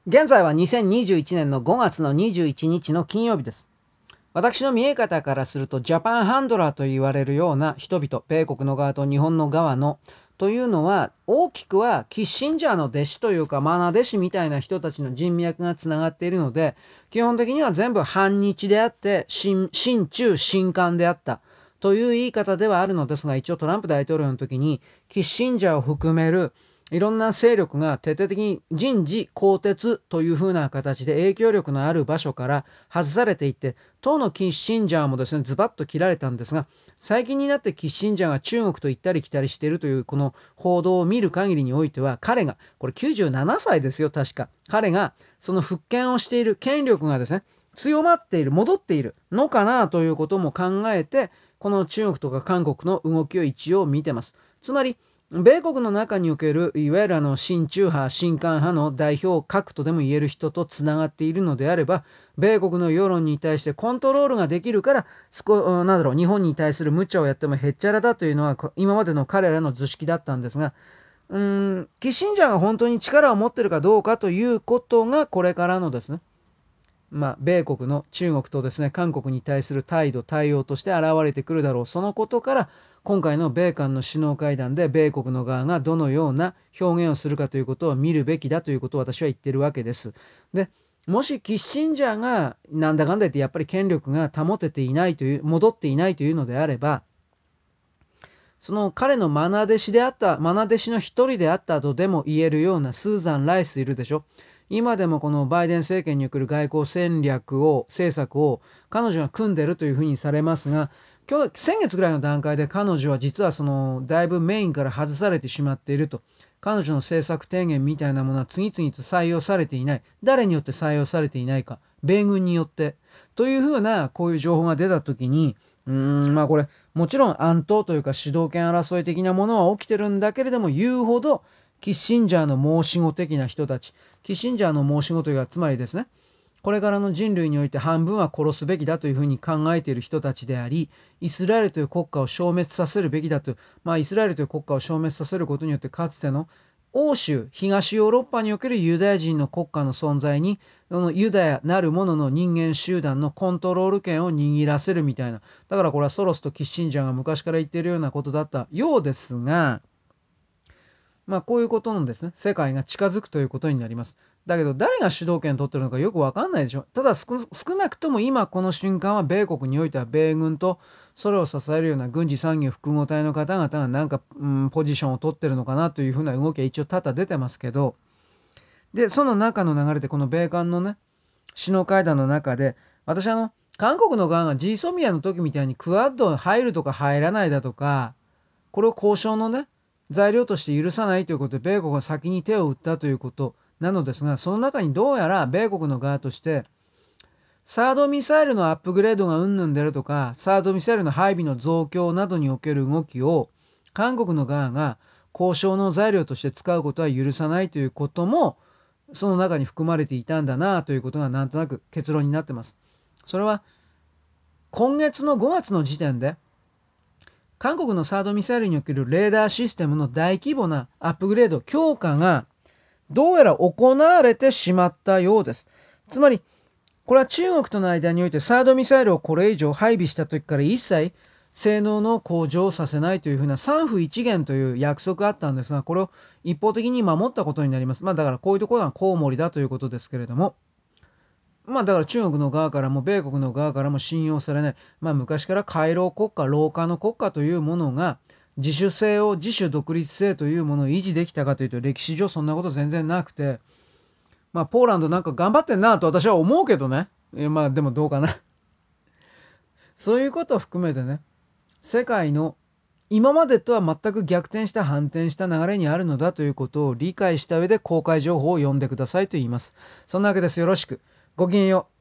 現在は2021年の5月の21日の金曜日です。私の見え方からすると、ジャパンハンドラーと言われるような人々、米国の側と日本の側の、というのは、大きくはキッシンジャーの弟子というか、愛弟子みたいな人たちの人脈がつながっているので、基本的には全部反日であって、親中親韓であった。という言い方ではあるのですが、一応トランプ大統領の時に、キッシンジャーを含めるいろんな勢力が徹底的に人事更迭というふうな形で影響力のある場所から外されていって、当のキッシンジャーもですね、ズバッと切られたんですが、最近になってキッシンジャーが中国と行ったり来たりしているというこの報道を見る限りにおいては、彼が、これ97歳ですよ、確か。彼がその復権をしている権力がですね、強まっている、戻っているのかなということも考えて、この中国とか韓国の動きを一応見てます。つまり、米国の中におけるいわゆる親中派親韓派の代表格とでも言える人とつながっているのであれば、米国の世論に対してコントロールができるから、なんだろう、日本に対する無茶をやってもへっちゃらだというのは今までの彼らの図式だったんですが、キッシンジャーが本当に力を持っているかどうかということがこれからのですね、米国の中国とですね、韓国に対する態度、対応として現れてくるだろう。そのことから、今回の米韓の首脳会談で、米国の側がどのような表現をするかということを見るべきだということを私は言ってるわけです。で、もしキッシンジャーがなんだかんだ言ってやっぱり権力が保てていないという、戻っていないというのであれば、その彼の愛弟子であった、愛弟子の一人であったとでも言えるようなスーザン・ライスいるでしょ。今でもこのバイデン政権における外交戦略を、政策を彼女が組んでるというふうにされますが、先月ぐらいの段階で彼女は実はだいぶメインから外されてしまっていると。彼女の政策提言みたいなものは次々と採用されていない。誰によって採用されていないか。米軍によって。というふうなこういう情報が出たときに、これ、もちろん暗闘というか主導権争い的なものは起きてるんだけれども、言うほど、キッシンジャーの申し子的な人たち、キッシンジャーの申し子というか、つまりですね、これからの人類において半分は殺すべきだというふうに考えている人たちであり、イスラエルという国家を消滅させるべきだと、イスラエルという国家を消滅させることによって、かつての欧州、東ヨーロッパにおけるユダヤ人の国家の存在に、そのユダヤなるものの人間集団のコントロール権を握らせるみたいな。だからこれはソロスとキッシンジャーが昔から言っているようなことだったようですが、こういうことのですね、世界が近づくということになります。だけど、誰が主導権を取ってるのかよくわかんないでしょ。ただ少なくとも今この瞬間は米国においては米軍とそれを支えるような軍事産業複合体の方々がなんか、ポジションを取ってるのかなというふうな動きは一応多々出てますけど、で、その中の流れでこの米韓のね、首脳会談の中で、私韓国の側が G ソミアの時みたいにクアッド入るとか入らないだとか、これを交渉のね、材料として許さないということで、米国が先に手を打ったということなのですが、その中にどうやら米国の側として、サードミサイルのアップグレードがうんぬんであるとか、サードミサイルの配備の増強などにおける動きを、韓国の側が交渉の材料として使うことは許さないということも、その中に含まれていたんだなということがなんとなく結論になってます。それは今月の5月の時点で韓国のサードミサイルにおけるレーダーシステムの大規模なアップグレード強化がどうやら行われてしまったようです。つまりこれは中国との間においてサードミサイルをこれ以上配備した時から一切性能の向上をさせないというふうな三不一元という約束があったんですが、これを一方的に守ったことになります。だからこういうところがコウモリだということですけれども、だから中国の側からも米国の側からも信用されない、昔から回廊国家、廊下の国家というものが自主性を、自主独立性というものを維持できたかというと、歴史上そんなこと全然なくて、ポーランドなんか頑張ってんなと私は思うけどね。でもどうかな。そういうことを含めてね、世界の今までとは全く逆転した反転した流れにあるのだということを理解した上で公開情報を読んでくださいと言います。そんなわけです。よろしく。ごきげんよう。